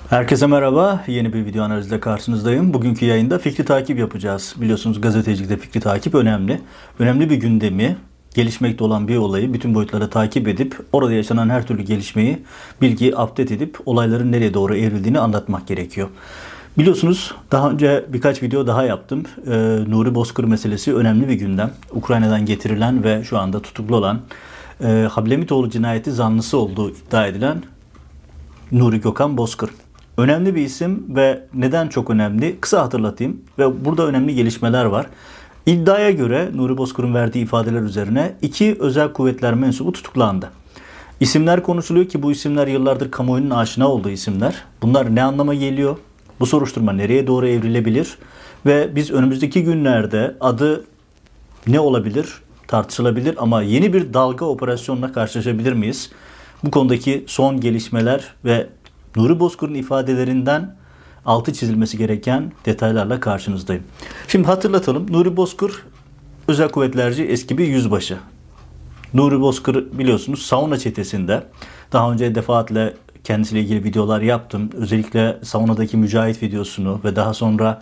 Herkese merhaba. Yeni bir video analizle karşınızdayım. Bugünkü yayında fikri takip yapacağız. Biliyorsunuz gazetecilikte fikri takip önemli. Önemli bir gündemi, gelişmekte olan bir olayı bütün boyutlara takip edip orada yaşanan her türlü gelişmeyi, bilgiyi update edip olayların nereye doğru evrildiğini anlatmak gerekiyor. Biliyorsunuz daha önce birkaç video daha yaptım. Nuri Bozkır meselesi önemli bir gündem. Ukrayna'dan getirilen ve şu anda tutuklu olan Hablemitoğlu cinayeti zanlısı olduğu iddia edilen Nuri Gökhan Bozkır. Önemli bir isim ve neden çok önemli? Kısa hatırlatayım ve burada önemli gelişmeler var. İddiaya göre Nuri Bozkır'ın verdiği ifadeler üzerine 2 özel kuvvetler mensubu tutuklandı. İsimler konuşuluyor ki bu isimler yıllardır kamuoyunun aşina olduğu isimler. Bunlar ne anlama geliyor? Bu soruşturma nereye doğru evrilebilir? Ve biz önümüzdeki günlerde adı ne olabilir? Tartışılabilir ama yeni bir dalga operasyonla karşılaşabilir miyiz? Bu konudaki son gelişmeler ve Nuri Bozkır'ın ifadelerinden altı çizilmesi gereken detaylarla karşınızdayım. Şimdi hatırlatalım. Nuri Bozkır özel kuvvetlerci eski bir yüzbaşı. Nuri Bozkır biliyorsunuz sauna çetesinde. Daha önce defaatle kendisiyle ilgili videolar yaptım. Özellikle saunadaki Mücahit videosunu ve daha sonra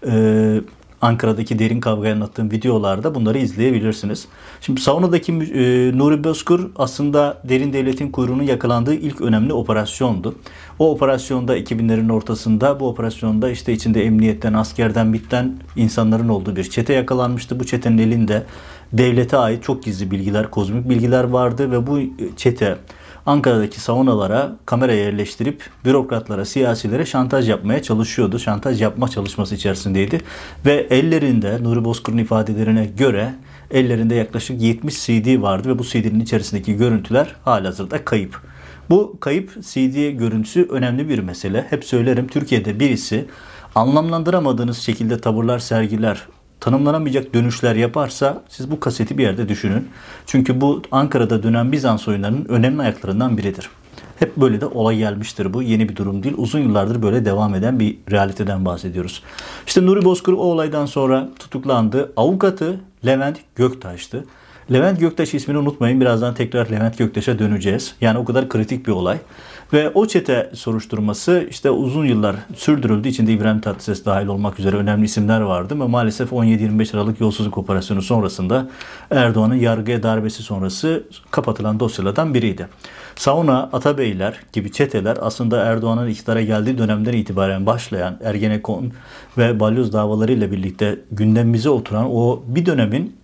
Ankara'daki derin kavgayı anlattığım videolarda bunları izleyebilirsiniz. Şimdi saunadaki Nuri Bozkır aslında derin devletin kuyruğunun yakalandığı ilk önemli operasyondu. O operasyonda 2000'lerin ortasında bu operasyonda işte içinde emniyetten, askerden, MİT'ten insanların olduğu bir çete yakalanmıştı. Bu çetenin elinde devlete ait çok gizli bilgiler, kozmik bilgiler vardı ve bu çete Ankara'daki saunalara kamera yerleştirip bürokratlara, siyasilere şantaj yapmaya çalışıyordu. Şantaj yapma çalışması içerisindeydi. Ve ellerinde Nuri Bozkır'ın ifadelerine göre ellerinde yaklaşık 70 CD vardı ve bu CD'nin içerisindeki görüntüler halihazırda kayıp. Bu kayıp CD görüntüsü önemli bir mesele. Hep söylerim, Türkiye'de birisi anlamlandıramadığınız şekilde tavırlar sergiler, tanımlanamayacak dönüşler yaparsa siz bu kaseti bir yerde düşünün. Çünkü bu Ankara'da dönen Bizans oyunlarının önemli ayaklarından biridir. Hep böyle de olay gelmiştir bu. Yeni bir durum değil. Uzun yıllardır böyle devam eden bir realiteden bahsediyoruz. İşte Nuri Bozkır o olaydan sonra tutuklandı. Avukatı Levent Göktaş'tı. Levent Göktaş ismini unutmayın. Birazdan tekrar Levent Göktaş'a döneceğiz. Yani o kadar kritik bir olay. Ve o çete soruşturması işte uzun yıllar sürdürüldü. İçinde İbrahim Tatlıses dahil olmak üzere önemli isimler vardı. Ama maalesef 17-25 Aralık yolsuzluk operasyonu sonrasında Erdoğan'ın yargıya darbesi sonrası kapatılan dosyalardan biriydi. Sauna, Atabeyler gibi çeteler aslında Erdoğan'ın iktidara geldiği dönemden itibaren başlayan Ergenekon ve balyoz davalarıyla birlikte gündemimize oturan o bir dönemin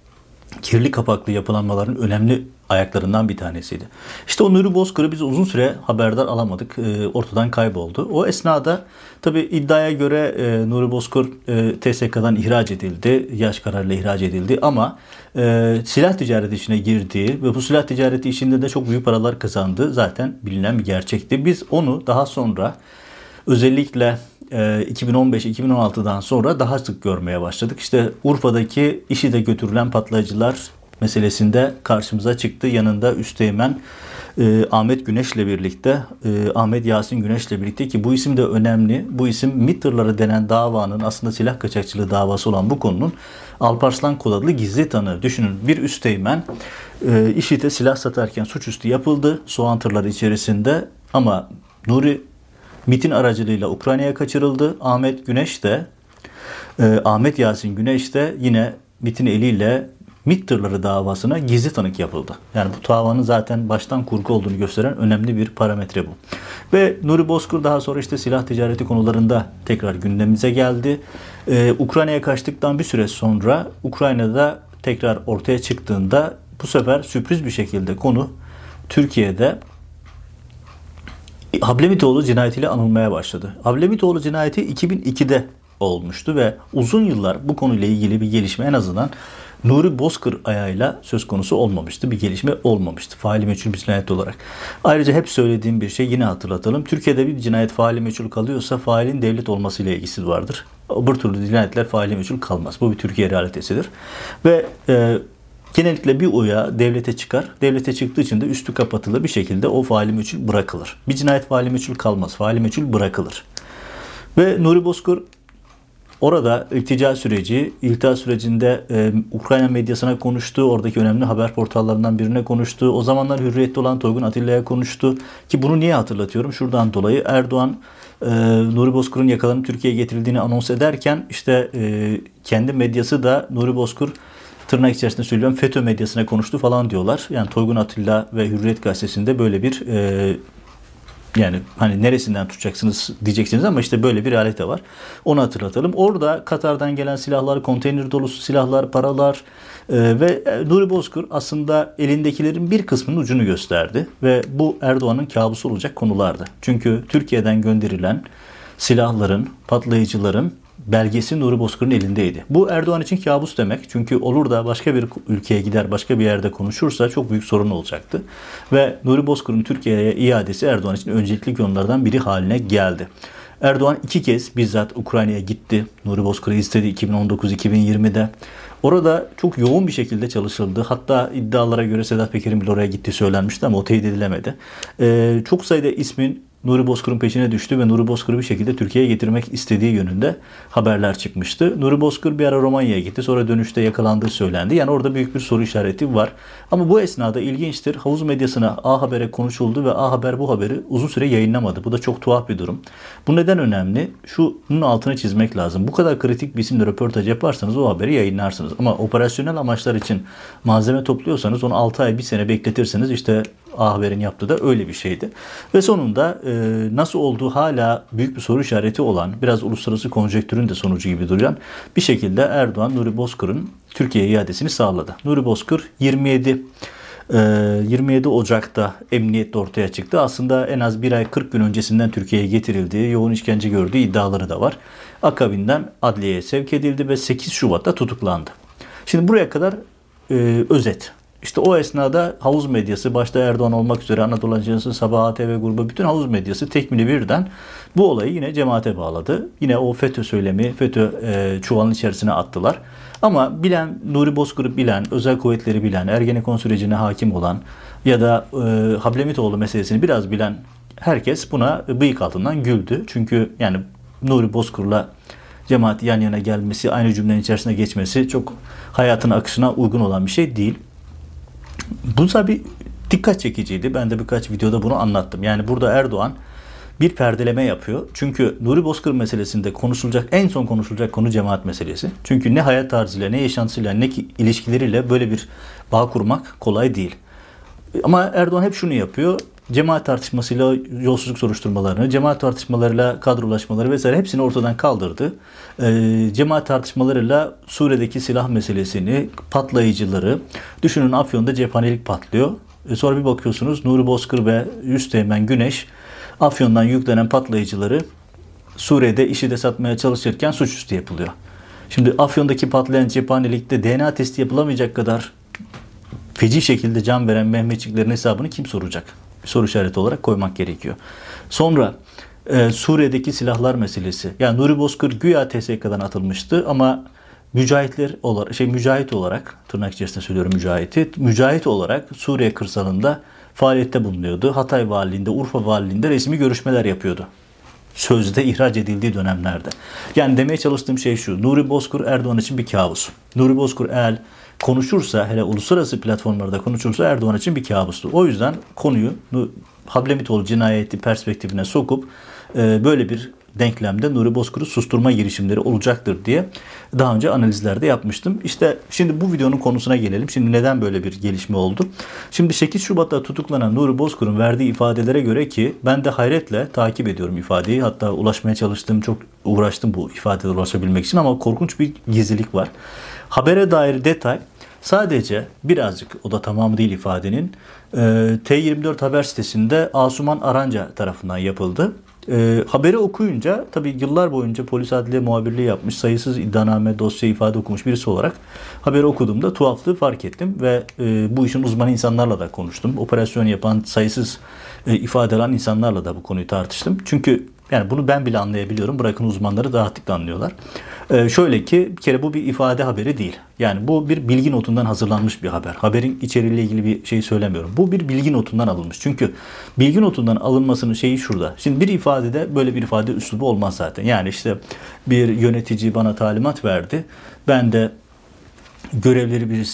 kirli kapaklı yapılanmaların önemli ayaklarından bir tanesiydi. İşte o Nuri Bozkır'ı biz uzun süre haberdar alamadık. Ortadan kayboldu. O esnada tabi iddiaya göre Nuri Bozkır TSK'dan ihraç edildi. Yaş kararıyla ihraç edildi ama silah ticareti işine girdiği ve bu silah ticareti işinde de çok büyük paralar kazandığı zaten bilinen bir gerçekti. Biz onu daha sonra özellikle 2015-2016'dan sonra daha sık görmeye başladık. İşte Urfa'daki IŞİD'e götürülen patlayıcılar meselesinde karşımıza çıktı. Yanında Üsteğmen Ahmet Güneş'le birlikte, Ahmet Yasin Güneş'le birlikte ki bu isim de önemli. Bu isim MİT tırları denen davanın aslında silah kaçakçılığı davası olan bu konunun Alparslan Kol adlı gizli tanığı. Düşünün bir Üsteğmen IŞİD'e silah satarken suçüstü yapıldı soğan tırları içerisinde ama Nuri MİT'in aracılığıyla Ukrayna'ya kaçırıldı. Ahmet Yasin Güneş de yine MİT'in eliyle MİT tırları davasına gizli tanık yapıldı. Yani bu davanın zaten baştan kurgu olduğunu gösteren önemli bir parametre bu. Ve Nuri Bozkır daha sonra işte silah ticareti konularında tekrar gündemimize geldi. Ukrayna'ya kaçtıktan bir süre sonra Ukrayna'da tekrar ortaya çıktığında bu sefer sürpriz bir şekilde konu Türkiye'de Hablemitoğlu cinayetiyle anılmaya başladı. Hablemitoğlu cinayeti 2002'de olmuştu ve uzun yıllar bu konuyla ilgili bir gelişme en azından Nuri Bozkır ayağıyla söz konusu olmamıştı. Bir gelişme olmamıştı. Faili meçhul bir cinayet olarak. Ayrıca hep söylediğim bir şey yine hatırlatalım. Türkiye'de bir cinayet faili meçhul kalıyorsa failin devlet olmasıyla ilgisi vardır. Bu türlü cinayetler faili meçhul kalmaz. Bu bir Türkiye realitesidir. Ve genellikle bir oya devlete çıkar. Devlete çıktığı için de üstü kapatılır bir şekilde o faili meçhul bırakılır. Bir cinayet faili meçhul kalmaz. Faili meçhul bırakılır. Ve Nuri Bozkır orada iltica sürecinde Ukrayna medyasına konuştu. Oradaki önemli haber portallarından birine konuştu. O zamanlar hürriyette olan Toygun Atilla'ya konuştu. Ki bunu niye hatırlatıyorum? Şuradan dolayı Erdoğan Nuri Bozkur'un yakalanıp Türkiye'ye getirildiğini anons ederken işte kendi medyası da Nuri Bozkur tırnak içerisinde söylüyorum FETÖ medyasına konuştu falan diyorlar. Yani Toygun Atilla ve Hürriyet Gazetesi'nde böyle bir yani hani neresinden tutacaksınız diyeceksiniz ama işte böyle bir realite var. Onu hatırlatalım. Orada Katar'dan gelen silahlar, konteyner dolusu silahlar, paralar ve Nuri Bozkur aslında elindekilerin bir kısmının ucunu gösterdi. Ve bu Erdoğan'ın kabusu olacak konulardı. Çünkü Türkiye'den gönderilen silahların, patlayıcıların belgesi Nuri Bozkur'un elindeydi. Bu Erdoğan için kabus demek. Çünkü olur da başka bir ülkeye gider, başka bir yerde konuşursa çok büyük sorun olacaktı. Ve Nuri Bozkur'un Türkiye'ye iadesi Erdoğan için öncelikli konulardan biri haline geldi. Erdoğan 2 kez bizzat Ukrayna'ya gitti. Nuri Bozkur'u istedi 2019-2020'de. Orada çok yoğun bir şekilde çalışıldı. Hatta iddialara göre Sedat Peker'in bile oraya gittiği söylenmişti ama o teyit edilemedi. Çok sayıda ismin Nuri Bozkur'un peşine düştü ve Nuri Bozkur'u bir şekilde Türkiye'ye getirmek istediği yönünde haberler çıkmıştı. Nuri Bozkur bir ara Romanya'ya gitti. Sonra dönüşte yakalandığı söylendi. Yani orada büyük bir soru işareti var. Ama bu esnada ilginçtir. Havuz medyasına A Haber'e konuşuldu ve A Haber bu haberi uzun süre yayınlamadı. Bu da çok tuhaf bir durum. Bu neden önemli? Şunun altını çizmek lazım. Bu kadar kritik bir isimle röportaj yaparsanız o haberi yayınlarsınız. Ama operasyonel amaçlar için malzeme topluyorsanız onu 6 ay 1 sene bekletirseniz işte A Haber'in yaptığı da öyle bir şeydi. Ve sonunda nasıl olduğu hala büyük bir soru işareti olan, biraz uluslararası konjektürün de sonucu gibi duran bir şekilde Erdoğan Nuri Bozkur'un Türkiye'ye iadesini sağladı. Nuri Bozkur 27 Ocak'ta emniyette ortaya çıktı. Aslında en az bir ay 40 gün öncesinden Türkiye'ye getirildiği, yoğun işkence gördüğü iddiaları da var. Akabinden adliyeye sevk edildi ve 8 Şubat'ta tutuklandı. Şimdi buraya kadar özet. İşte o esnada havuz medyası, başta Erdoğan olmak üzere Anadolu Ajansı, Sabah ATV grubu, bütün havuz medyası tekmili birden bu olayı yine cemaate bağladı. Yine o FETÖ söylemi, FETÖ çuvalın içerisine attılar. Ama bilen, Nuri Bozkur'u bilen, özel kuvvetleri bilen, Ergenekon sürecine hakim olan ya da Hablemitoğlu meselesini biraz bilen herkes buna bıyık altından güldü. Çünkü yani Nuri Bozkur'la cemaat yan yana gelmesi, aynı cümlenin içerisine geçmesi çok hayatın akışına uygun olan bir şey değil. Bu tabi dikkat çekiciydi. Ben de birkaç videoda bunu anlattım. Yani burada Erdoğan bir perdeleme yapıyor. Çünkü Nuri Bozkur meselesinde en son konuşulacak konu cemaat meselesi. Çünkü ne hayat tarzıyla, ne yaşantısıyla, ne ilişkileriyle böyle bir bağ kurmak kolay değil. Ama Erdoğan hep şunu yapıyor. Cemaat tartışmasıyla yolsuzluk soruşturmalarını, cemaat tartışmalarıyla kadrolaşmaları vesaire hepsini ortadan kaldırdı. Cemaat tartışmalarıyla Suriye'deki silah meselesini, patlayıcıları, düşünün Afyon'da cephanelik patlıyor. Sonra bir bakıyorsunuz Nuri Bozkır ve Üsteğmen Güneş Afyon'dan yüklenen patlayıcıları Suriye'de IŞİD'e satmaya çalışırken suçüstü yapılıyor. Şimdi Afyon'daki patlayan cephanelikte DNA testi yapılamayacak kadar feci şekilde can veren Mehmetçiklerin hesabını kim soracak? Bir soru işareti olarak koymak gerekiyor. Sonra Suriye'deki silahlar meselesi. Yani Nuri Bozkır güya TSK'dan atılmıştı ama mücahit olarak tırnak içerisinde söylüyorum mücahit olarak Suriye kırsalında faaliyette bulunuyordu. Hatay valiliğinde, Urfa valiliğinde resmi görüşmeler yapıyordu. Sözde ihraç edildiği dönemlerde. Yani demeye çalıştığım şey şu. Nuri Bozkur Erdoğan için bir kabus. Nuri Bozkur eğer konuşursa, hele uluslararası platformlarda konuşursa Erdoğan için bir kabustu. O yüzden konuyu Hablemitoğlu cinayeti perspektifine sokup böyle bir denklemde Nuri Bozkur'u susturma girişimleri olacaktır diye daha önce analizlerde yapmıştım. İşte şimdi bu videonun konusuna gelelim. Şimdi neden böyle bir gelişme oldu? Şimdi 8 Şubat'ta tutuklanan Nuri Bozkur'un verdiği ifadelere göre ki ben de hayretle takip ediyorum ifadeyi. Hatta ulaşmaya çalıştım, çok uğraştım bu ifadelere ulaşabilmek için ama korkunç bir gizlilik var. Habere dair detay sadece birazcık, o da tamamı değil ifadenin, T24 haber sitesinde Asuman Aranca tarafından yapıldı. Haberi okuyunca tabii yıllar boyunca polis adliye muhabirliği yapmış, sayısız iddianame, dosya, ifade okumuş birisi olarak haberi okuduğumda tuhaflığı fark ettim ve bu işin uzmanı insanlarla da konuştum. Operasyon yapan sayısız ifade alan insanlarla da bu konuyu tartıştım. Çünkü yani bunu ben bile anlayabiliyorum. Bırakın uzmanları daha rahatlıkla anlıyorlar. Şöyle ki bir kere bu bir ifade haberi değil. Yani bu bir bilgi notundan hazırlanmış bir haber. Haberin içeriğiyle ilgili bir şey söylemiyorum. Bu bir bilgi notundan alınmış. Çünkü bilgi notundan alınmasının şeyi şurada. Şimdi bir ifadede böyle bir ifade üslubu olmaz zaten. Yani işte bir yönetici bana talimat verdi. Ben de görevleri birisi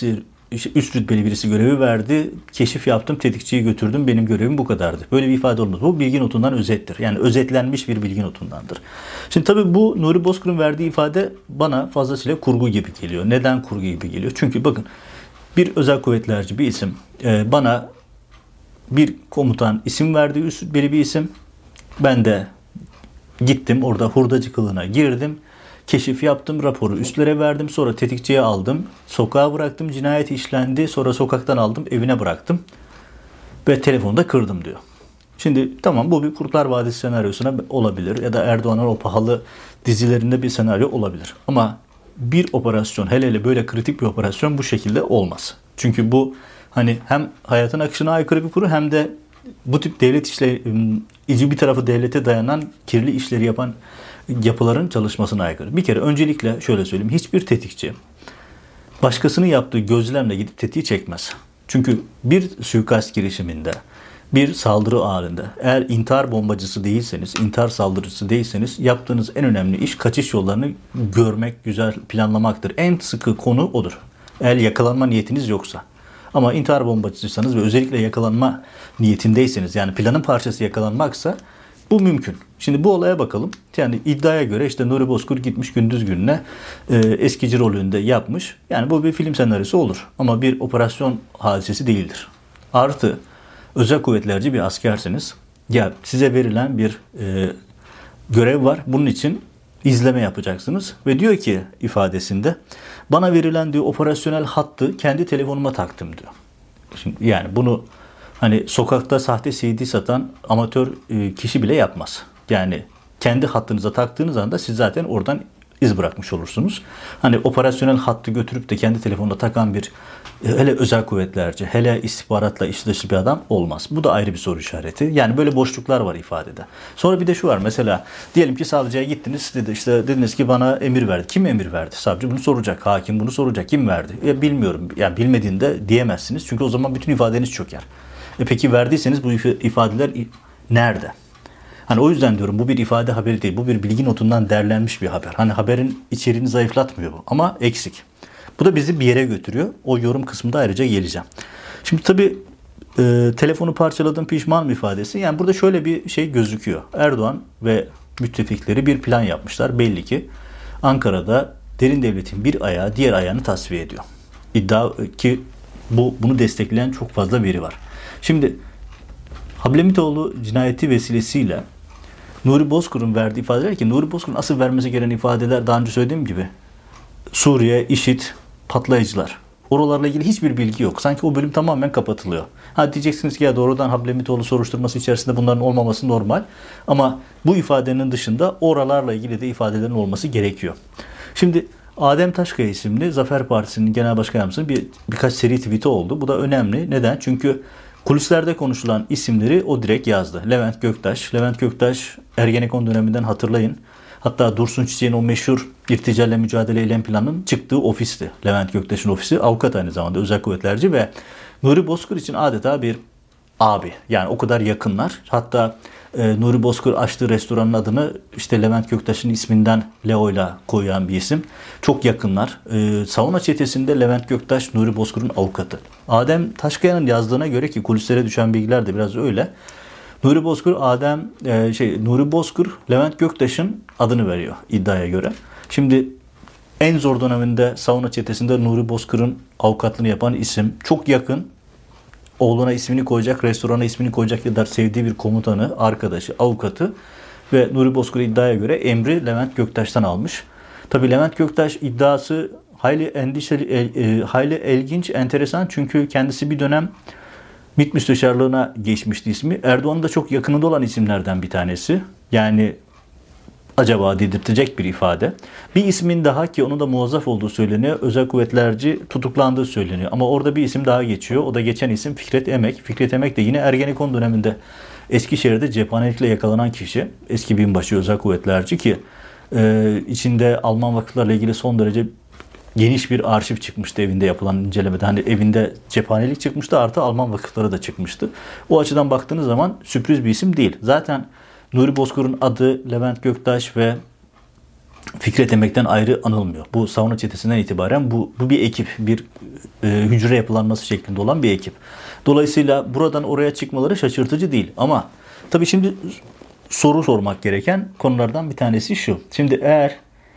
işte üst rütbeli birisi görevi verdi. Keşif yaptım, tetikçiyi götürdüm. Benim görevim bu kadardı. Böyle bir ifade olmaz. Bu bilgi notundan özettir. Yani özetlenmiş bir bilgi notundandır. Şimdi tabii bu Nuri Bozkır'ın verdiği ifade bana fazlasıyla kurgu gibi geliyor. Neden kurgu gibi geliyor? Çünkü bakın, bir özel kuvvetlerci bir isim bana bir komutan isim verdi, üst rütbeli bir isim. Ben de gittim, orada hurdacı kılığına girdim. Keşif yaptım, raporu üstlere verdim, sonra tetikçiye aldım, sokağa bıraktım, cinayet işlendi, sonra sokaktan aldım, evine bıraktım ve telefonu da kırdım diyor. Şimdi tamam, bu bir Kurtlar Vadisi senaryosuna olabilir ya da Erdoğan'ın o pahalı dizilerinde bir senaryo olabilir. Ama bir operasyon, hele hele böyle kritik bir operasyon bu şekilde olmaz. Çünkü bu hani hem hayatın akışına aykırı bir kuru, hem de bu tip devlet işleri, bir tarafı devlete dayanan kirli işleri yapan yapıların çalışmasına aykırı. Bir kere öncelikle şöyle söyleyeyim. Hiçbir tetikçi başkasının yaptığı gözlemle gidip tetiği çekmez. Çünkü bir suikast girişiminde, bir saldırı halinde eğer intihar bombacısı değilseniz, intihar saldırıcısı değilseniz yaptığınız en önemli iş kaçış yollarını görmek, güzel planlamaktır. En sıkı konu odur. Eğer yakalanma niyetiniz yoksa. Ama intihar bombacısıysanız ve özellikle yakalanma niyetindeyseniz, yani planın parçası yakalanmaksa bu mümkün. Şimdi bu olaya bakalım. Yani iddiaya göre işte Nuri Bozkır gitmiş gündüz gününe eskici rolünde yapmış. Yani bu bir film senaryosu olur. Ama bir operasyon hadisesi değildir. Artı özel kuvvetlerci bir askersiniz. Ya size verilen bir görev var. Bunun için izleme yapacaksınız. Ve diyor ki ifadesinde, bana verilen diyor operasyonel hattı kendi telefonuma taktım diyor. Şimdi yani bunu hani sokakta sahte CD satan amatör kişi bile yapmaz. Yani kendi hattınıza taktığınız anda siz zaten oradan iz bırakmış olursunuz. Hani operasyonel hattı götürüp de kendi telefonuna takan bir hele özel kuvvetlerce, hele istihbaratla iş dışı bir adam olmaz. Bu da ayrı bir soru işareti. Yani böyle boşluklar var ifadede. Sonra bir de şu var, mesela diyelim ki savcıya gittiniz, dediniz ki bana emir verdi. Kim emir verdi? Savcı bunu soracak, hakim bunu soracak. Kim verdi? Ya bilmiyorum. Yani bilmediğinde diyemezsiniz. Çünkü o zaman bütün ifadeniz çöker. Peki verdiyseniz bu ifadeler nerede? Hani o yüzden diyorum, bu bir ifade haberi değil. Bu bir bilgi notundan derlenmiş bir haber. Hani haberin içeriğini zayıflatmıyor bu ama eksik. Bu da bizi bir yere götürüyor. O yorum kısmında ayrıca geleceğim. Şimdi tabii telefonu parçaladım pişmanım ifadesi. Yani burada şöyle bir şey gözüküyor. Erdoğan ve müttefikleri bir plan yapmışlar. Belli ki Ankara'da derin devletin bir ayağı diğer ayağını tasfiye ediyor. İddia ki bunu destekleyen çok fazla veri var. Şimdi Hablemitoğlu cinayeti vesilesiyle Nuri Bozkır'ın verdiği ifadeler, ki Nuri Bozkır'ın asıl vermesi gereken ifadeler daha önce söylediğim gibi Suriye, IŞİD, patlayıcılar. Oralarla ilgili hiçbir bilgi yok. Sanki o bölüm tamamen kapatılıyor. Ha diyeceksiniz ki ya doğrudan Hablemitoğlu soruşturması içerisinde bunların olmaması normal. Ama bu ifadenin dışında oralarla ilgili de ifadelerin olması gerekiyor. Şimdi Adem Taşkaya isimli Zafer Partisi'nin genel başkan yardımcısının birkaç seri tweet'i oldu. Bu da önemli. Neden? Çünkü kulislerde konuşulan isimleri o direkt yazdı. Levent Göktaş. Levent Göktaş Ergenekon döneminden hatırlayın. Hatta Dursun Çiçek'in o meşhur irticayla mücadele eylem planının çıktığı ofisti. Levent Göktaş'ın ofisi. Avukat aynı zamanda, özel kuvvetlerci ve Nuri Bozkır için adeta bir abi. Yani o kadar yakınlar. Hatta Nuri Bozkır açtığı restoranın adını işte Levent Göktaş'ın isminden Leo'yla koyan bir isim. Çok yakınlar. Savunma çetesinde Levent Göktaş Nuri Bozkır'ın avukatı. Adem Taşkaya'nın yazdığına göre, ki kulislere düşen bilgiler de biraz öyle. Nuri Bozkır Levent Göktaş'ın adını veriyor iddiaya göre. Şimdi en zor döneminde savunma çetesinde Nuri Bozkır'ın avukatlığını yapan isim, çok yakın, oğluna ismini koyacak, restorana ismini koyacak kadar sevdiği bir komutanı, arkadaşı, avukatı ve Nuri Bozkır iddiaya göre emri Levent Göktaş'tan almış. Tabii Levent Göktaş iddiası hayli endişeli, hayli ilginç, enteresan, çünkü kendisi bir dönem MİT müsteşarlığına geçmişti ismi. Erdoğan'ın da çok yakınında olan isimlerden bir tanesi. Yani acaba dedirtecek bir ifade. Bir ismin daha, ki onun da muvazzaf olduğu söyleniyor, özel kuvvetlerci tutuklandığı söyleniyor. Ama orada bir isim daha geçiyor. O da geçen isim Fikret Emek. Fikret Emek de yine Ergenekon döneminde Eskişehir'de cephanelikle yakalanan kişi. Eski binbaşı özel kuvvetlerci, ki içinde Alman vakıflarla ilgili son derece geniş bir arşiv çıkmıştı evinde yapılan incelemede. Hani evinde cephanelik çıkmıştı, artı Alman vakıfları da çıkmıştı. O açıdan baktığınız zaman sürpriz bir isim değil. Zaten Nuri Bozkır'ın adı Levent Göktaş ve Fikret Emek'ten ayrı anılmıyor. Bu Savunma Çetesi'nden itibaren bu bir ekip, bir hücre yapılanması şeklinde olan bir ekip. Dolayısıyla buradan oraya çıkmaları şaşırtıcı değil. Ama tabii şimdi soru sormak gereken konulardan bir tanesi şu. Şimdi eğer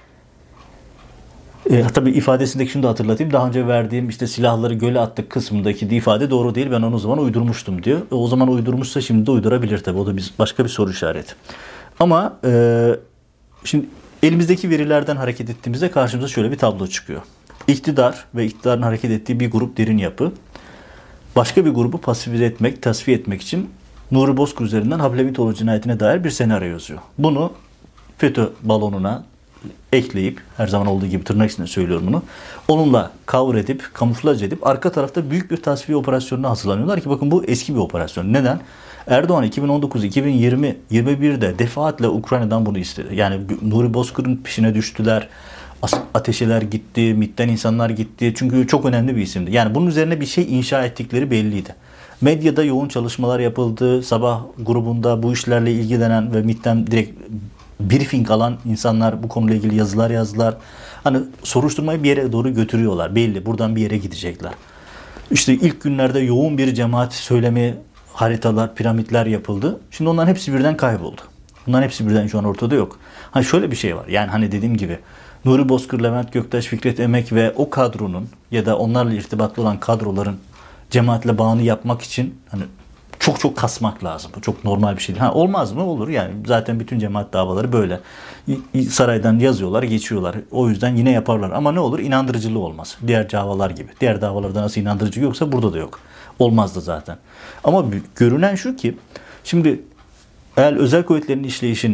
tabii ifadesindeki şunu da hatırlatayım. Daha önce verdiğim işte silahları göle attık kısmındaki ifade doğru değil. Ben onu o zaman uydurmuştum diyor. O zaman uydurmuşsa şimdi de uydurabilir tabii. O da başka bir soru işareti. Ama şimdi elimizdeki verilerden hareket ettiğimizde karşımıza şöyle bir tablo çıkıyor. İktidar ve iktidarın hareket ettiği bir grup derin yapı başka bir grubu pasifize etmek, tasfiye etmek için Nuri Bozkır üzerinden Hablemitoğlu cinayetine dair bir senaryo yazıyor. Bunu FETÖ balonuna ekleyip, her zaman olduğu gibi tırnak içinde söylüyorum bunu, onunla cover edip, kamuflaj edip arka tarafta büyük bir tasfiye operasyonuna hazırlanıyorlar ki bakın bu eski bir operasyon. Neden? Erdoğan 2019, 2020, 21'de defaatle Ukrayna'dan bunu istedi. Yani Nuri Bozkır'ın peşine düştüler. Ateşeler gitti, MİT'ten insanlar gitti. Çünkü çok önemli bir isimdi. Yani bunun üzerine bir şey inşa ettikleri belliydi. Medyada yoğun çalışmalar yapıldı. Sabah grubunda bu işlerle ilgilenen ve MİT'ten direkt briefing alan insanlar bu konuyla ilgili yazılar yazdılar. Hani soruşturmayı bir yere doğru götürüyorlar. Belli. Buradan bir yere gidecekler. İşte ilk günlerde yoğun bir cemaat söylemi, haritalar, piramitler yapıldı. Şimdi onların hepsi birden kayboldu. Bunların hepsi birden şu an ortada yok. Hani şöyle bir şey var. Yani hani dediğim gibi Nuri Bozkır, Levent Göktaş, Fikret Emek ve o kadronun ya da onlarla irtibatlı olan kadroların cemaatle bağını yapmak için hani çok kasmak lazım. Bu çok normal bir şey değil. Ha, olmaz mı? Olur. Yani zaten bütün cemaat davaları böyle. Saraydan yazıyorlar, geçiyorlar. O yüzden yine yaparlar. Ama ne olur? İnandırıcılığı olmaz. Diğer davalar gibi. Diğer davalarda nasıl inandırıcı yoksa burada da yok. Olmaz da zaten. Ama görünen şu ki şimdi eğer özel kuvvetlerin işleyişini,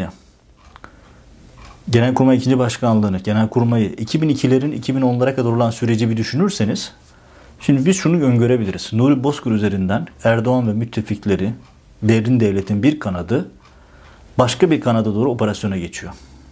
Genelkurmay 2. Başkanlığını, Genelkurmay'ı 2002'lerin 2010'lara kadar olan süreci bir düşünürseniz şimdi biz şunu öngörebiliriz. Nuri Bozkır üzerinden Erdoğan ve müttefikleri, devrin devletin bir kanadı başka bir kanada doğru operasyona geçiyor.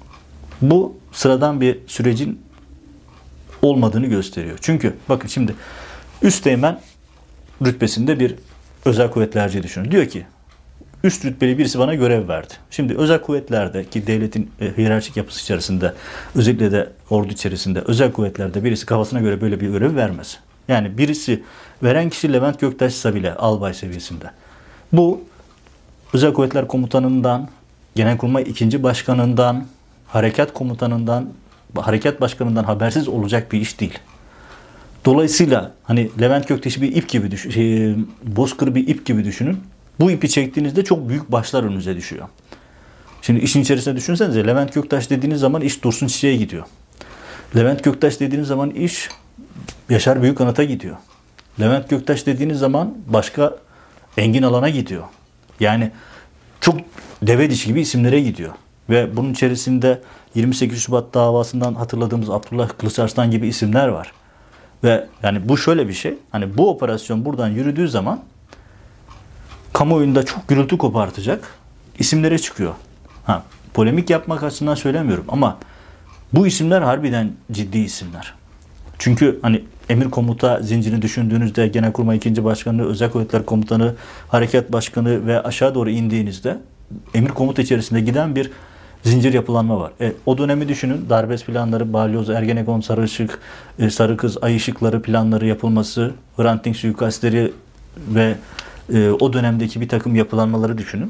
Bu sıradan bir sürecin olmadığını gösteriyor. Çünkü bakın şimdi üsteğmen rütbesinde bir özel kuvvetlerce düşünün. Diyor ki üst rütbeli birisi bana görev verdi. Şimdi özel kuvvetlerdeki devletin hiyerarşik yapısı içerisinde, özellikle de ordu içerisinde özel kuvvetlerde birisi kafasına göre böyle bir görev vermez. Yani birisi veren kişi Levent Göktaş'sa bile albay seviyesinde. Bu özel kuvvetler komutanından, Genelkurmay 2. Başkanından, harekat komutanından, harekat başkanından habersiz olacak bir iş değil. Dolayısıyla hani Levent Göktaş'ı bir ip gibi Bozkır'ı bir ip gibi düşünün. Bu ipi çektiğinizde çok büyük başlar önünüze düşüyor. Şimdi işin içerisinde düşünsenize Levent Göktaş dediğiniz zaman iş Dursun Çiçek'e gidiyor. Levent Göktaş dediğiniz zaman iş Yaşar Büyükanıt'a gidiyor. Levent Göktaş dediğiniz zaman başka Engin Alan'a gidiyor. Yani çok deve dişi gibi isimlere gidiyor. Ve bunun içerisinde 28 Şubat davasından hatırladığımız Abdullah Kılıçarslan gibi isimler var. Ve yani bu şöyle bir şey. Hani bu operasyon buradan yürüdüğü zaman kamuoyunda çok gürültü kopartacak isimlere çıkıyor. Polemik yapmak açısından söylemiyorum ama bu isimler harbiden ciddi isimler. Çünkü hani emir komuta zincirini düşündüğünüzde Genelkurmay 2. Başkanı, Özel Kuvvetler Komutanı, Harekat Başkanı ve aşağı doğru indiğinizde emir komuta içerisinde giden bir zincir yapılanma var. O dönemi düşünün. Darbes planları, Balyoz, Ergenekon, Sarı Işık, Sarı Kız, Ay Işıkları planları yapılması, Hrant Dink suikastleri ve o dönemdeki bir takım yapılanmaları düşünün.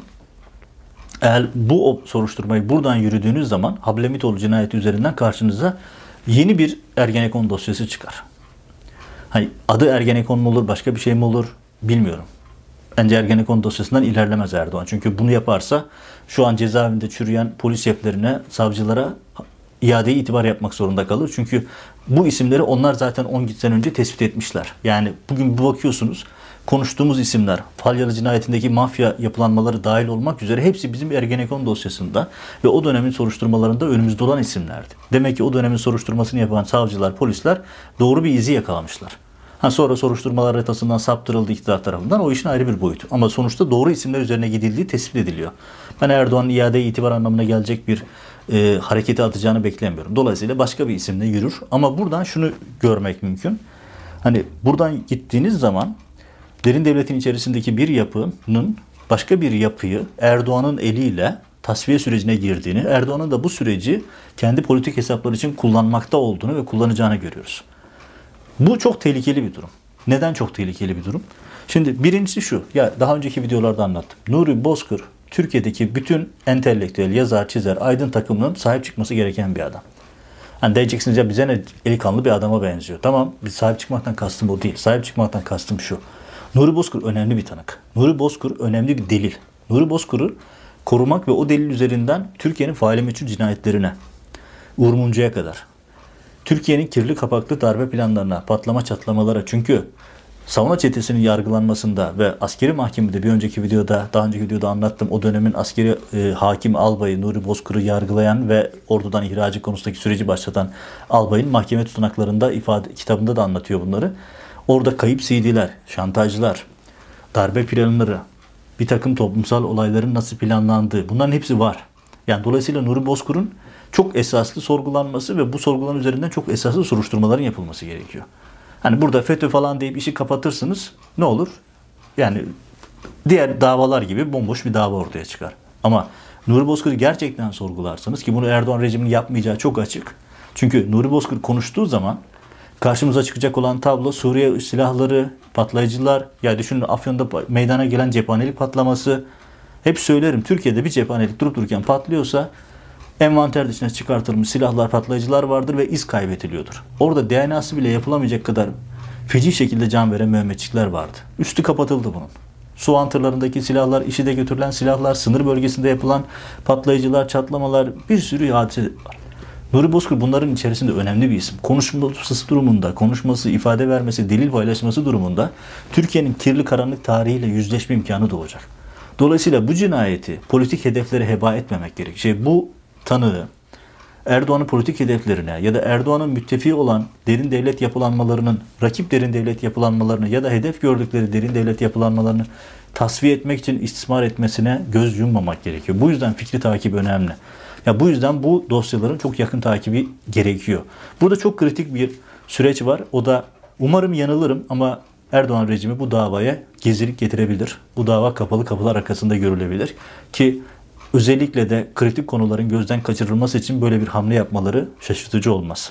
Eğer bu soruşturmayı buradan yürüdüğünüz zaman Hablemitoğlu cinayeti üzerinden karşınıza yeni bir Ergenekon dosyası çıkar. Hani adı Ergenekon mu olur, başka bir şey mi olur bilmiyorum. Bence Ergenekon dosyasından ilerlemez Erdoğan. Çünkü bunu yaparsa şu an cezaevinde çürüyen polis şeflerine, savcılara iadeye itibar yapmak zorunda kalır. Çünkü bu isimleri onlar zaten 10 sene önce tespit etmişler. Yani bugün bir bakıyorsunuz konuştuğumuz isimler, Falyalı cinayetindeki mafya yapılanmaları dahil olmak üzere hepsi bizim Ergenekon dosyasında ve o dönemin soruşturmalarında önümüzde olan isimlerdi. Demek ki o dönemin soruşturmasını yapan savcılar, polisler doğru bir izi yakalamışlar. Sonra soruşturmalar haritasından saptırıldı iktidar tarafından, o işin ayrı bir boyutu. Ama sonuçta doğru isimler üzerine gidildiği tespit ediliyor. Ben Erdoğan'ın iadeye itibar anlamına gelecek bir harekete atacağını beklemiyorum. Dolayısıyla başka bir isimle yürür. Ama buradan şunu görmek mümkün. Hani buradan gittiğiniz zaman derin devletin içerisindeki bir yapının başka bir yapıyı Erdoğan'ın eliyle tasfiye sürecine girdiğini, Erdoğan'ın da bu süreci kendi politik hesapları için kullanmakta olduğunu ve kullanacağını görüyoruz. Bu çok tehlikeli bir durum. Neden çok tehlikeli bir durum? Şimdi birincisi şu, ya daha önceki videolarda anlattım. Nuri Bozkır, Türkiye'deki bütün entelektüel, yazar, çizer, aydın takımının sahip çıkması gereken bir adam. Hani diyeceksiniz ya bize ne, eli kanlı bir adama benziyor. Tamam, biz sahip çıkmaktan kastım o değil. Sahip çıkmaktan kastım şu. Nuri Bozkır önemli bir tanık. Nuri Bozkır önemli bir delil. Nuri Bozkır'ı korumak ve o delil üzerinden Türkiye'nin faili meçhul cinayetlerine, Uğur Mumcu'ya kadar, Türkiye'nin kirli kapaklı darbe planlarına, patlama çatlamalara, çünkü Savunma çetesinin yargılanmasında ve askeri mahkemede daha önceki videoda anlattım. O dönemin askeri hakim albayı Nuri Bozkır'ı yargılayan ve ordudan ihracı konusundaki süreci başlatan albayın mahkeme tutanaklarında kitabında da anlatıyor bunları. Orada kayıp CD'ler, şantajlar, darbe planları, bir takım toplumsal olayların nasıl planlandığı, bunların hepsi var. Yani dolayısıyla Nuri Bozkır'ın çok esaslı sorgulanması ve bu sorguların üzerinden çok esaslı soruşturmaların yapılması gerekiyor. Hani burada FETÖ falan deyip işi kapatırsınız, ne olur? Yani diğer davalar gibi bomboş bir dava ortaya çıkar. Ama Nuri Bozkır'ı gerçekten sorgularsanız, ki bunu Erdoğan rejiminin yapmayacağı çok açık. Çünkü Nuri Bozkır konuştuğu zaman karşımıza çıkacak olan tablo Suriye silahları, patlayıcılar, ya düşünün Afyon'da meydana gelen cephanelik patlaması. Hep söylerim, Türkiye'de bir cephanelik durup dururken patlıyorsa envanter dışına çıkartılmış silahlar, patlayıcılar vardır ve iz kaybediliyordur. Orada DNA'sı bile yapılamayacak kadar feci şekilde can veren Mehmetçikler vardı. Üstü kapatıldı bunun. Su antırlarındaki silahlar, IŞİD'e götürülen silahlar, sınır bölgesinde yapılan patlayıcılar, çatlamalar, bir sürü hadise var. Nuri Bozkır bunların içerisinde önemli bir isim. Konuşması durumunda, konuşması, ifade vermesi, delil paylaşması durumunda Türkiye'nin kirli karanlık tarihiyle yüzleşme imkanı doğacak. Dolayısıyla bu cinayeti politik hedeflere heba etmemek gerekir. Bu tanığı Erdoğan'ın politik hedeflerine ya da Erdoğan'ın müttefiği olan derin devlet yapılanmalarının, rakip derin devlet yapılanmalarını ya da hedef gördükleri derin devlet yapılanmalarını tasfiye etmek için istismar etmesine göz yummamak gerekiyor. Bu yüzden fikri takip önemli. Ya bu yüzden bu dosyaların çok yakın takibi gerekiyor. Burada çok kritik bir süreç var. O da, umarım yanılırım ama Erdoğan rejimi bu davaya gizlilik getirebilir. Bu dava kapalı kapılar arkasında görülebilir ki özellikle de kritik konuların gözden kaçırılması için böyle bir hamle yapmaları şaşırtıcı olmaz.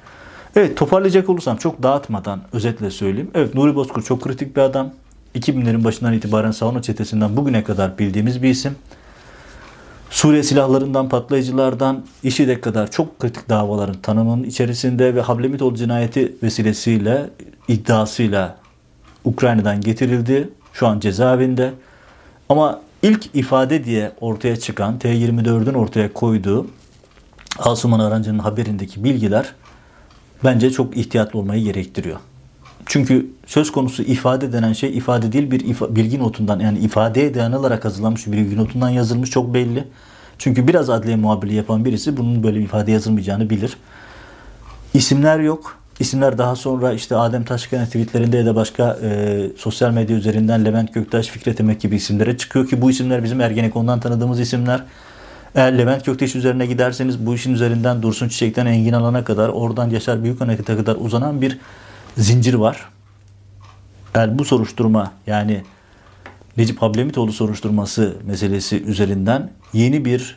Evet, toparlayacak olursam çok dağıtmadan özetle söyleyeyim. Evet, Nuri Bozkır çok kritik bir adam. 2000'lerin başından itibaren savunma çetesinden bugüne kadar bildiğimiz bir isim. Suriye silahlarından, patlayıcılardan, IŞİD'e kadar çok kritik davaların tanımının içerisinde ve Hablemitoğlu cinayeti vesilesiyle, iddiasıyla Ukrayna'dan getirildi. Şu an cezaevinde. Ama ilk ifade diye ortaya çıkan, T24'ün ortaya koyduğu Asuman Arancı'nın haberindeki bilgiler bence çok ihtiyatlı olmayı gerektiriyor. Çünkü söz konusu ifade denen şey ifade değil, bir bilgi notundan, yani ifadeye dayanılarak hazırlanmış bir bilgi notundan yazılmış, çok belli. Çünkü biraz adliye muhabirliği yapan birisi bunun böyle bir ifade yazılmayacağını bilir. İsimler yok. İsimler daha sonra işte Adem Taşkıran tweetlerinde ya da başka sosyal medya üzerinden Levent Göktaş, Fikret Emek gibi isimlere çıkıyor ki bu isimler bizim Ergenekon'dan tanıdığımız isimler. Eğer Levent Göktaş üzerine giderseniz bu işin üzerinden Dursun Çiçek'ten Engin Alan'a kadar, oradan Yaşar Büyükan'a kadar uzanan bir zincir var. Eğer bu soruşturma, yani Necip Hablemitoğlu soruşturması meselesi üzerinden yeni bir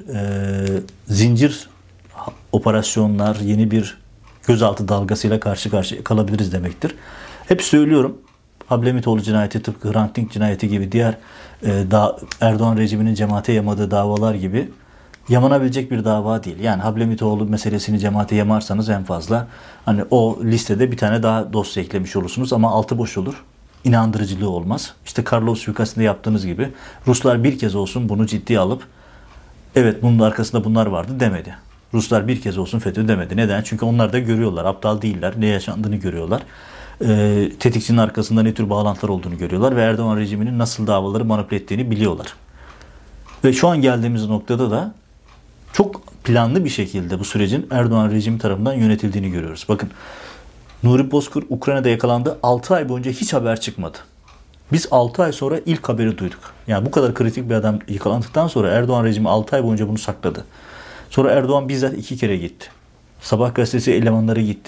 zincir operasyonlar, yeni bir gözaltı dalgasıyla karşı karşıya kalabiliriz demektir. Hep söylüyorum, Hablemitoğlu cinayeti tıpkı Hrant Dink cinayeti gibi diğer Erdoğan rejiminin cemaate yamadığı davalar gibi yamanabilecek bir dava değil. Yani Hablemitoğlu meselesini cemaate yamarsanız en fazla hani o listede bir tane daha dosya eklemiş olursunuz ama altı boş olur. İnandırıcılığı olmaz. İşte Karlov suikastinde yaptığınız gibi Ruslar bir kez olsun bunu ciddiye alıp evet bunun arkasında bunlar vardı demedi. Ruslar bir kez olsun FETÖ demedi. Neden? Çünkü onlar da görüyorlar. Aptal değiller. Ne yaşandığını görüyorlar. Tetikçinin arkasında ne tür bağlantılar olduğunu görüyorlar. Ve Erdoğan rejiminin nasıl davaları manipüle ettiğini biliyorlar. Ve şu an geldiğimiz noktada da çok planlı bir şekilde bu sürecin Erdoğan rejimi tarafından yönetildiğini görüyoruz. Bakın, Nuri Bozkır Ukrayna'da yakalandı. 6 ay boyunca hiç haber çıkmadı. Biz 6 ay sonra ilk haberi duyduk. Yani bu kadar kritik bir adam yakalandıktan sonra Erdoğan rejimi 6 ay boyunca bunu sakladı. Sonra Erdoğan bizzat 2 kere gitti. Sabah gazetesi elemanları gitti.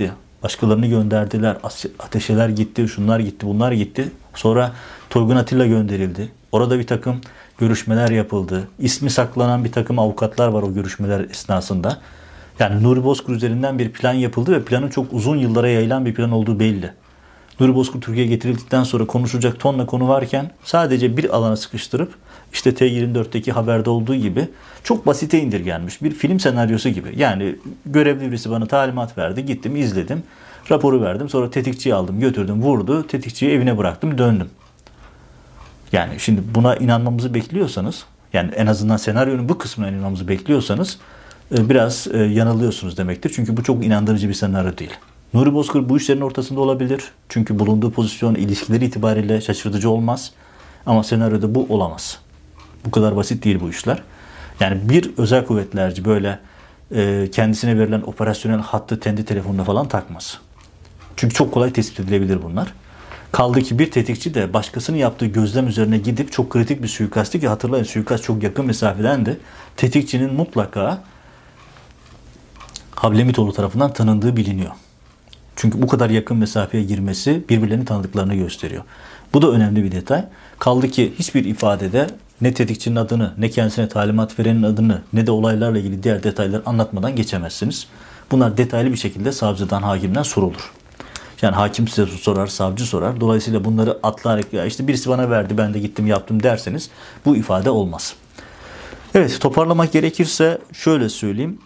Başkalarını gönderdiler. Ateşeler gitti, şunlar gitti, bunlar gitti. Sonra Toygun Atilla gönderildi. Orada bir takım görüşmeler yapıldı. İsmi saklanan bir takım avukatlar var o görüşmeler esnasında. Yani Nuri Bozkır üzerinden bir plan yapıldı ve planın çok uzun yıllara yayılan bir plan olduğu belli. Nuri Bozkır Türkiye'ye getirildikten sonra konuşulacak tonla konu varken sadece bir alana sıkıştırıp işte T24'teki haberde olduğu gibi çok basite indirgenmiş bir film senaryosu gibi. Yani görevli birisi bana talimat verdi, gittim izledim, raporu verdim, sonra tetikçiyi aldım, götürdüm, vurdu, tetikçiyi evine bıraktım, döndüm. Yani şimdi buna inanmamızı bekliyorsanız, yani en azından senaryonun bu kısmına inanmamızı bekliyorsanız biraz yanılıyorsunuz demektir. Çünkü bu çok inandırıcı bir senaryo değil. Nuri Bozkır bu işlerin ortasında olabilir. Çünkü bulunduğu pozisyon ilişkileri itibariyle şaşırtıcı olmaz. Ama senaryoda bu olamaz. Bu kadar basit değil bu işler. Yani bir özel kuvvetlerci böyle kendisine verilen operasyonel hattı kendi telefonuna falan takmaz. Çünkü çok kolay tespit edilebilir bunlar. Kaldı ki bir tetikçi de başkasının yaptığı gözlem üzerine gidip çok kritik bir suikastı, ki hatırlayın suikast çok yakın mesafeden de tetikçinin mutlaka Hablemitoğlu tarafından tanındığı biliniyor. Çünkü bu kadar yakın mesafeye girmesi birbirlerini tanıdıklarını gösteriyor. Bu da önemli bir detay. Kaldı ki hiçbir ifadede ne tetikçinin adını, ne kendisine talimat verenin adını, ne de olaylarla ilgili diğer detayları anlatmadan geçemezsiniz. Bunlar detaylı bir şekilde savcıdan, hakimden sorulur. Yani hakim size sorar, savcı sorar. Dolayısıyla bunları atlayarak ya işte birisi bana verdi, ben de gittim yaptım derseniz bu ifade olmaz. Evet, toparlamak gerekirse şöyle söyleyeyim.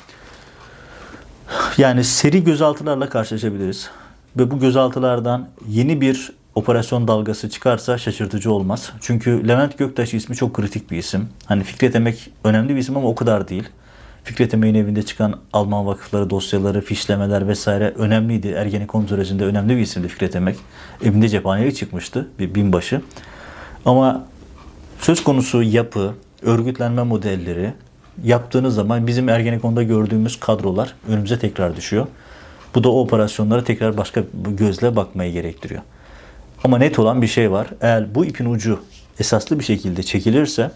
Yani seri gözaltılarla karşılaşabiliriz. Ve bu gözaltılardan yeni bir operasyon dalgası çıkarsa şaşırtıcı olmaz. Çünkü Levent Göktaş ismi çok kritik bir isim. Hani Fikret Emek önemli bir isim ama o kadar değil. Fikret Emek'in evinde çıkan Alman vakıfları, dosyaları, fişlemeler vesaire önemliydi. Ergenekon sürecinde önemli bir isimdi Fikret Emek. Evinde cephanelik çıkmıştı bir binbaşı. Ama söz konusu yapı, örgütlenme modelleri yaptığınız zaman bizim Ergenekon'da gördüğümüz kadrolar önümüze tekrar düşüyor. Bu da o operasyonlara tekrar başka gözle bakmayı gerektiriyor. Ama net olan bir şey var. Eğer bu ipin ucu esaslı bir şekilde çekilirse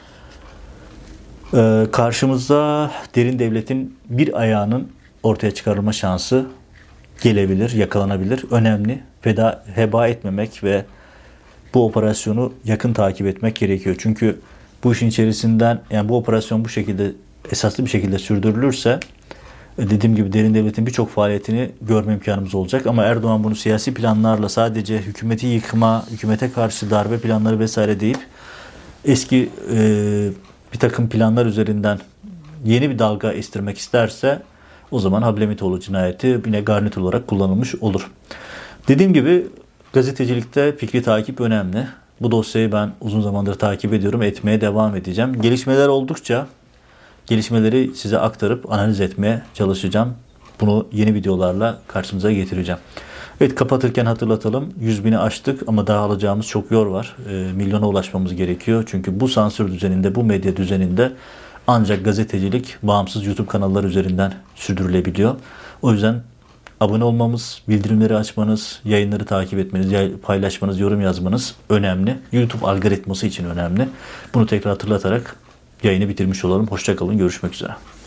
karşımızda derin devletin bir ayağının ortaya çıkarılma şansı gelebilir, yakalanabilir. Önemli. Heba etmemek ve bu operasyonu yakın takip etmek gerekiyor. Çünkü bu işin içerisinden, yani bu operasyon bu şekilde esaslı bir şekilde sürdürülürse dediğim gibi derin devletin birçok faaliyetini görme imkanımız olacak. Ama Erdoğan bunu siyasi planlarla sadece hükümeti yıkma, hükümete karşı darbe planları vesaire deyip eski bir takım planlar üzerinden yeni bir dalga estirmek isterse o zaman Hablemitoğlu cinayeti yine garnitür olarak kullanılmış olur. Dediğim gibi gazetecilikte fikri takip önemli. Bu dosyayı ben uzun zamandır takip ediyorum, etmeye devam edeceğim. Gelişmeler oldukça gelişmeleri size aktarıp analiz etmeye çalışacağım. Bunu yeni videolarla karşınıza getireceğim. Evet, kapatırken hatırlatalım. 100.000'i aştık ama daha alacağımız çok yol var. Milyona ulaşmamız gerekiyor. Çünkü bu sansür düzeninde, bu medya düzeninde ancak gazetecilik bağımsız YouTube kanalları üzerinden sürdürülebiliyor. O yüzden abone olmamız, bildirimleri açmanız, yayınları takip etmeniz, paylaşmanız, yorum yazmanız önemli. YouTube algoritması için önemli. Bunu tekrar hatırlatarak yayını bitirmiş olalım. Hoşça kalın, görüşmek üzere.